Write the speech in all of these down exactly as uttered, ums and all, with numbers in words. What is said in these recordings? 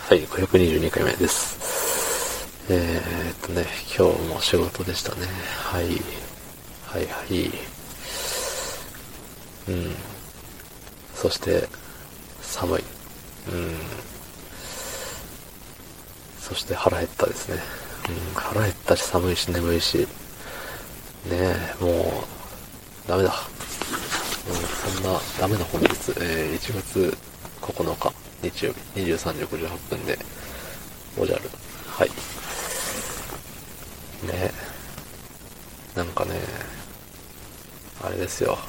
はい、ごひゃくにじゅうにかいめです。えーっとね、今日も仕事でしたね。はい。はいはい。うん。そして、寒い。うん。そして腹減ったですね。うん、腹減ったし寒いし眠いし。ねえ、もう、ダメだ。うん、そんな、ダメな本日、えー、いちがつここのか、日曜日、にじゅうさんじごじゅうはっぷんで、おじゃる。はい。ね、なんかね、あれですよ。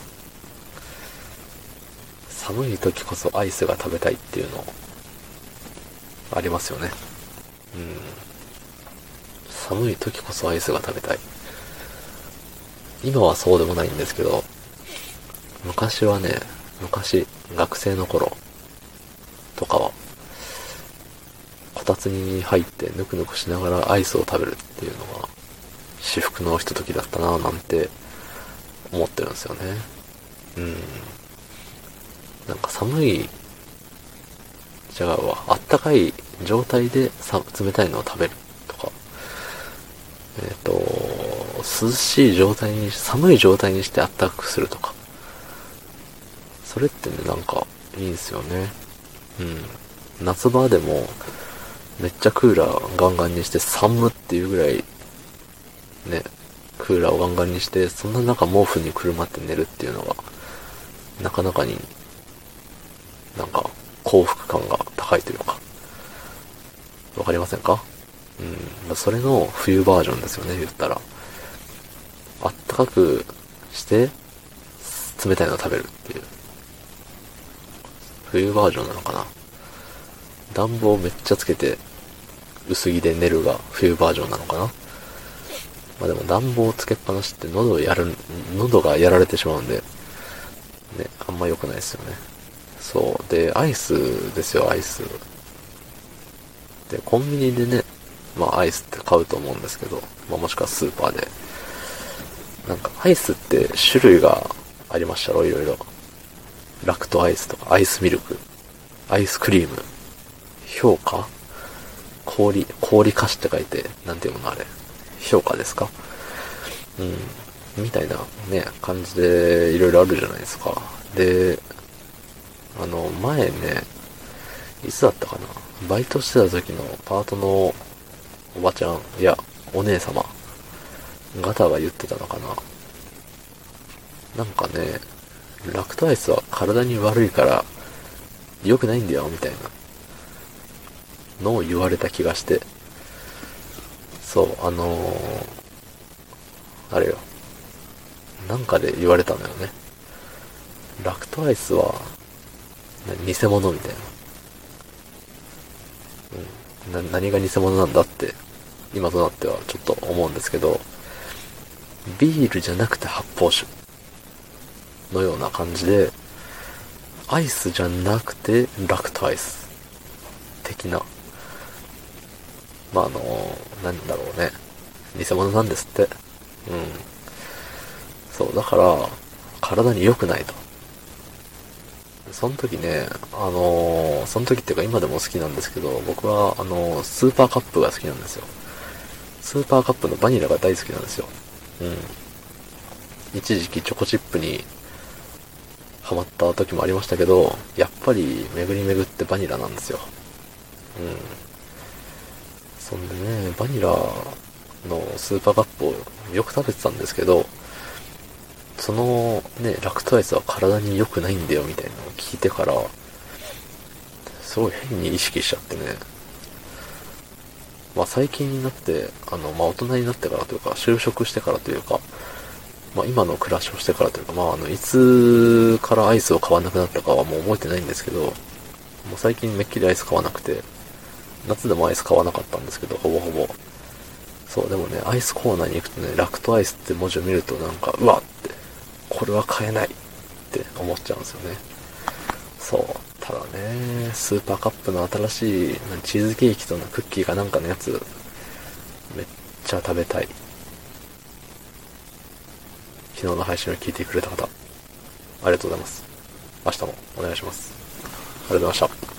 寒い時こそアイスが食べたいっていうの、ありますよね。うん。寒い時こそアイスが食べたい。今はそうでもないんですけど、昔はね、昔、学生の頃とかは、こたつに入ってぬくぬくしながらアイスを食べるっていうのが、至福のひとときだったなぁなんて思ってるんですよね。うん。なんか寒い、違うわ。あったかい状態でさ冷たいのを食べるとか、えっと、涼しい状態に、寒い状態にしてあったかくするとか。それってね、なんか、いいんすよね。うん。夏場でも、めっちゃクーラーガンガンにして寒っていうぐらい、ね、クーラーをガンガンにして、そんな中毛布にくるまって寝るっていうのが、なかなかになんか幸福感が高いというか、わかりませんか？うん。それの冬バージョンですよね、言ったら。あったかくして、冷たいのを食べるっていう。冬バージョンなのかな。暖房めっちゃつけて、薄着で寝るが冬バージョンなのかな。まあでも暖房つけっぱなしって喉をやる、喉がやられてしまうんで、ね、あんま良くないですよね。そう。で、アイスですよ、アイス。で、コンビニでね、まあアイスって買うと思うんですけど、まあもしくはスーパーで。なんかアイスって種類がありましたろ、いろいろ。ラクトアイスとか、アイスミルク、アイスクリーム、評価氷、氷菓子って書いて、なんていうものあれ。評価ですか？うん。みたいなね、感じでいろいろあるじゃないですか。で、あの、前ね、いつだったかな。バイトしてた時のパートのおばちゃん、いや、お姉様方が言ってたのかな。なんかね、ラクトアイスは体に悪いから良くないんだよ、みたいなのを言われた気がして。そう、あのー、あれよ。なんかで言われたのよね。ラクトアイスは、偽物みたいな。うん。な、何が偽物なんだって、今となってはちょっと思うんですけど、ビールじゃなくて発泡酒のような感じで、アイスじゃなくてラクトアイス的な。まあ、あの、なんだろうね。偽物なんですって。うん。そう、だから、体に良くないと。その時ね、あのー、その時っていうか今でも好きなんですけど、僕は、あのー、スーパーカップが好きなんですよ。スーパーカップのバニラが大好きなんですよ。うん。一時期チョコチップにハマった時もありましたけど、やっぱり巡り巡ってバニラなんですよ。うん。そんでね、バニラのスーパーカップをよく食べてたんですけど、そのね、ラクトアイスは体に良くないんだよみたいなのを聞いてから、すごい変に意識しちゃってね。まあ最近になって、あの、まあ大人になってからというか、就職してからというか、まあ今の暮らしをしてからというか、まああの、いつからアイスを買わなくなったかはもう覚えてないんですけど、もう最近めっきりアイス買わなくて、夏でもアイス買わなかったんですけど、ほぼほぼ。そう、でもね、アイスコーナーに行くとね、ラクトアイスって文字を見るとなんか、うわって、これは買えないって思っちゃうんですよね。そう。ただね、スーパーカップの新しいチーズケーキとのクッキーかなんかのやつ、めっちゃ食べたい。昨日の配信を聞いてくれた方、ありがとうございます。明日もお願いします。ありがとうございました。